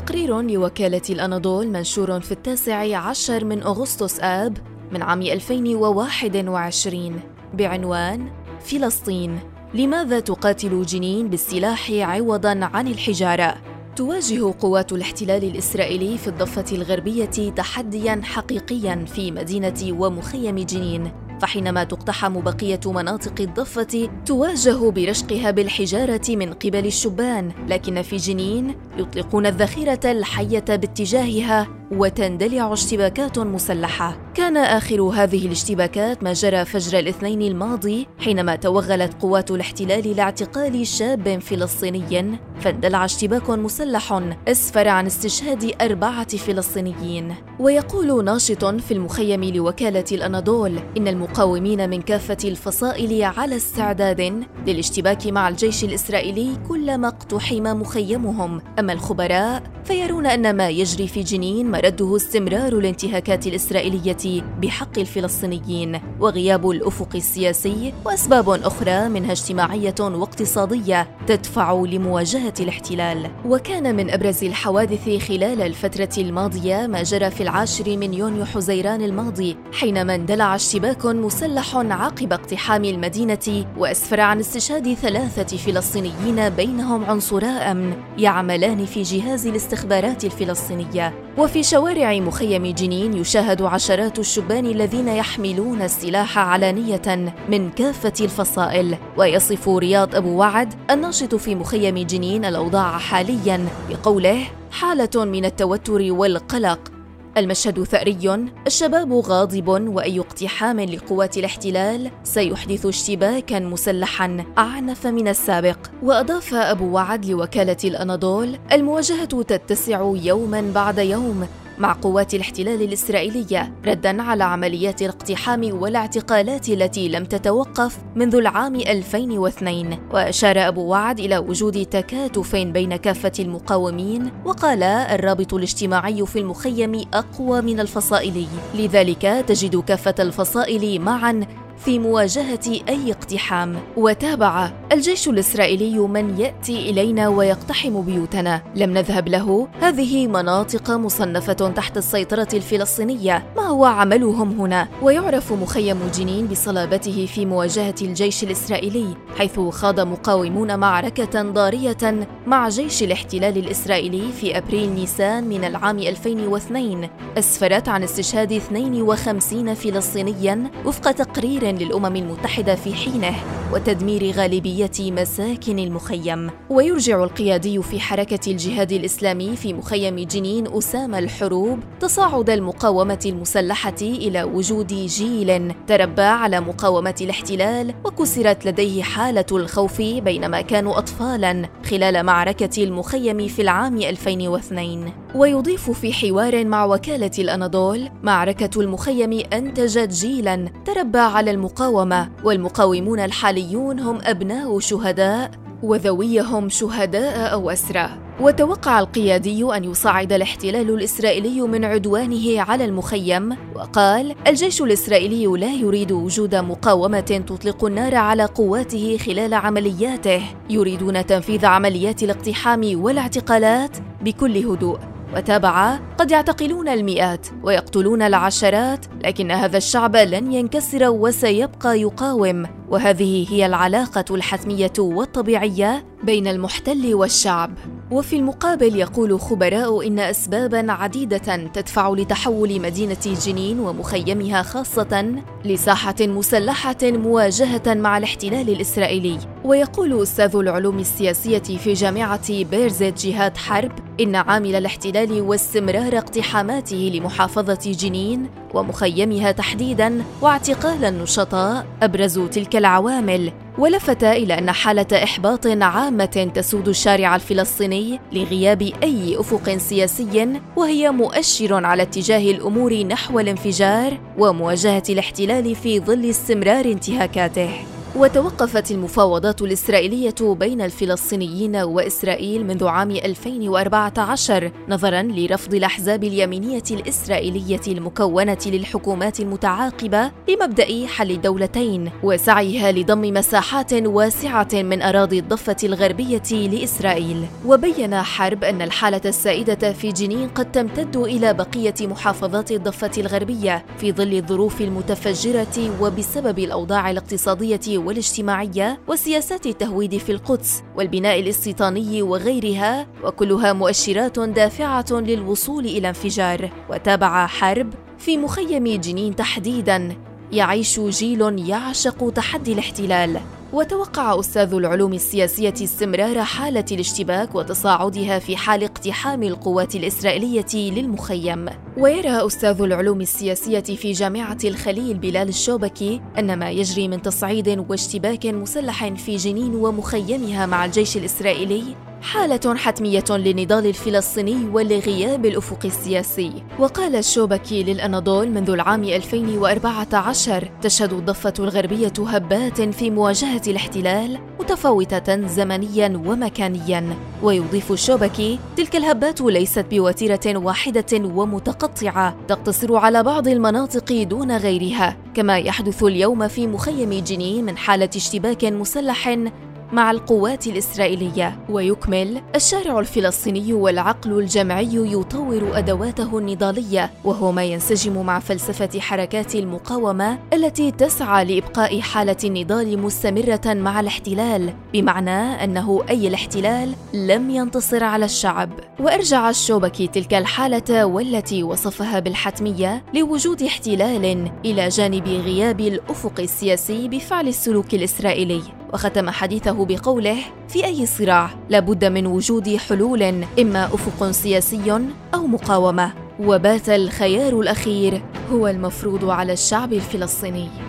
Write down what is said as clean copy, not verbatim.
تقرير لوكالة الأناضول منشور في 19 من أغسطس آب من عام 2021 بعنوان فلسطين، لماذا تقاتل جنين بالسلاح عوضاً عن الحجارة؟ تواجه قوات الاحتلال الإسرائيلي في الضفة الغربية تحدياً حقيقياً في مدينة ومخيم جنين، فحينما تقتحم بقية مناطق الضفة تواجه برشقها بالحجارة من قبل الشبان، لكن في جنين يطلقون الذخيرة الحية باتجاهها وتندلع اشتباكات مسلحة. كان آخر هذه الاشتباكات ما جرى فجر الاثنين الماضي، حينما توغلت قوات الاحتلال لاعتقال شاب فلسطيني، فاندلع اشتباك مسلح أسفر عن استشهاد 4 فلسطينيين. ويقول ناشط في المخيم لوكالة الأناضول إن المقاومين من كافة الفصائل على استعداد للاشتباك مع الجيش الإسرائيلي كلما اقتحم مخيمهم، أما الخبراء فيرون أن ما يجري في جنين مرده استمرار الانتهاكات الإسرائيلية بحق الفلسطينيين وغياب الأفق السياسي وأسباب أخرى منها اجتماعية واقتصادية تدفع لمواجهة الاحتلال. وكان من أبرز الحوادث خلال الفترة الماضية ما جرى في 10 من يونيو حزيران الماضي، حينما اندلع اشتباك مسلح عقب اقتحام المدينة وأسفر عن استشهاد 3 فلسطينيين بينهم عنصراء أمن يعملان في جهاز الاستخبارات الفلسطينية. وفي شوارع مخيم جنين يشاهد عشرات الشبان الذين يحملون السلاح علانية من كافة الفصائل. ويصف رياض أبو وعد الناشط في مخيم جنين الأوضاع حالياً بقوله: حالة من التوتر والقلق، المشهد ثأري، الشباب غاضب، وأي اقتحام لقوات الاحتلال سيحدث اشتباكاً مسلحاً أعنف من السابق. وأضاف أبو وعد لوكالة الأناضول: المواجهة تتسع يوماً بعد يوم مع قوات الاحتلال الإسرائيلية رداً على عمليات الاقتحام والاعتقالات التي لم تتوقف منذ العام 2002. وأشار أبو وعد إلى وجود تكاتف بين كافة المقاومين، وقال: الرابط الاجتماعي في المخيم أقوى من الفصائلي، لذلك تجد كافة الفصائل معاً في مواجهة أي اقتحام. وتابع: الجيش الإسرائيلي من يأتي إلينا ويقتحم بيوتنا لم نذهب له، هذه مناطق مصنفة تحت السيطرة الفلسطينية، ما هو عملهم هنا؟ ويعرف مخيم جنين بصلابته في مواجهة الجيش الإسرائيلي، حيث خاض مقاومون معركة ضارية مع جيش الاحتلال الإسرائيلي في أبريل نيسان من العام 2002 أسفرت عن استشهاد 52 فلسطينيا وفق تقرير للأمم المتحدة في حينه، وتدمير غالبية مساكن المخيم. ويرجع القيادي في حركة الجهاد الإسلامي في مخيم جنين أسامة الحروب تصاعد المقاومة المسلحة إلى وجود جيل تربى على مقاومة الاحتلال وكسرت لديه حالة الخوف بينما كانوا أطفالاً خلال معركة المخيم في العام 2002. ويضيف في حوار مع وكالة الأناضول: معركة المخيم أنتجت جيلاً تربى على المقاومة، والمقاومون الحاليون هم أبناء شهداء وذويهم شهداء أو أسرى. وتوقع القيادي أن يصعد الاحتلال الإسرائيلي من عدوانه على المخيم، وقال: الجيش الإسرائيلي لا يريد وجود مقاومة تطلق النار على قواته خلال عملياته، يريدون تنفيذ عمليات الاقتحام والاعتقالات بكل هدوء. وتابع: قد يعتقلون المئات ويقتلون العشرات، لكن هذا الشعب لن ينكسر وسيبقى يقاوم، وهذه هي العلاقة الحتمية والطبيعية بين المحتل والشعب. وفي المقابل يقول خبراء إن أسباباً عديدة تدفع لتحول مدينة جنين ومخيمها خاصة لساحة مسلحة مواجهة مع الاحتلال الإسرائيلي. ويقول أستاذ العلوم السياسية في جامعة بيرزيت جهاد حرب إن عامل الاحتلال واستمرار اقتحاماته لمحافظة جنين ومخيمها تحديداً واعتقال النشطاء أبرز تلك العوامل. ولفت إلى أن حالة إحباط عامة تسود الشارع الفلسطيني لغياب أي أفق سياسي، وهي مؤشر على اتجاه الأمور نحو الانفجار ومواجهة الاحتلال في ظل استمرار انتهاكاته. وتوقفت المفاوضات الإسرائيلية بين الفلسطينيين وإسرائيل منذ عام 2014 نظراً لرفض الأحزاب اليمينية الإسرائيلية المكونة للحكومات المتعاقبة لمبدأ حل الدولتين وسعيها لضم مساحات واسعة من أراضي الضفة الغربية لإسرائيل. وبين حرب أن الحالة السائدة في جنين قد تمتد إلى بقية محافظات الضفة الغربية في ظل الظروف المتفجرة وبسبب الأوضاع الاقتصادية والاجتماعية وسياسات التهويد في القدس والبناء الاستيطاني وغيرها، وكلها مؤشرات دافعة للوصول إلى انفجار. وتابع حرب في مخيم جنين تحديداً يعيش جيل يعشق تحدي الاحتلال. وتوقع أستاذ العلوم السياسية استمرار حالة الاشتباك وتصاعدها في حال اقتحام القوات الإسرائيلية للمخيم. ويرى أستاذ العلوم السياسية في جامعة الخليل بلال الشوبكي أن ما يجري من تصعيد واشتباك مسلح في جنين ومخيمها مع الجيش الإسرائيلي حالة حتمية للنضال الفلسطيني ولغياب الأفق السياسي. وقال الشوبكي للأناضول: منذ العام 2014 تشهد الضفة الغربية هبات في مواجهة الاحتلال متفاوتة زمنيا ومكانيا. ويضيف الشوبكي: تلك الهبات ليست بوتيرة واحدة ومتقطعة تقتصر على بعض المناطق دون غيرها، كما يحدث اليوم في مخيم جنين من حالة اشتباك مسلح مع القوات الإسرائيلية. ويكمل: الشارع الفلسطيني والعقل الجمعي يطور أدواته النضالية، وهو ما ينسجم مع فلسفة حركات المقاومة التي تسعى لإبقاء حالة النضال مستمرة مع الاحتلال، بمعنى أنه أي الاحتلال لم ينتصر على الشعب. وأرجع الشوبكي تلك الحالة والتي وصفها بالحتمية لوجود احتلال إلى جانب غياب الأفق السياسي بفعل السلوك الإسرائيلي. وختم حديثه بقوله: في أي صراع لابد من وجود حلول، إما أفق سياسي أو مقاومة، وبات الخيار الأخير هو المفروض على الشعب الفلسطيني.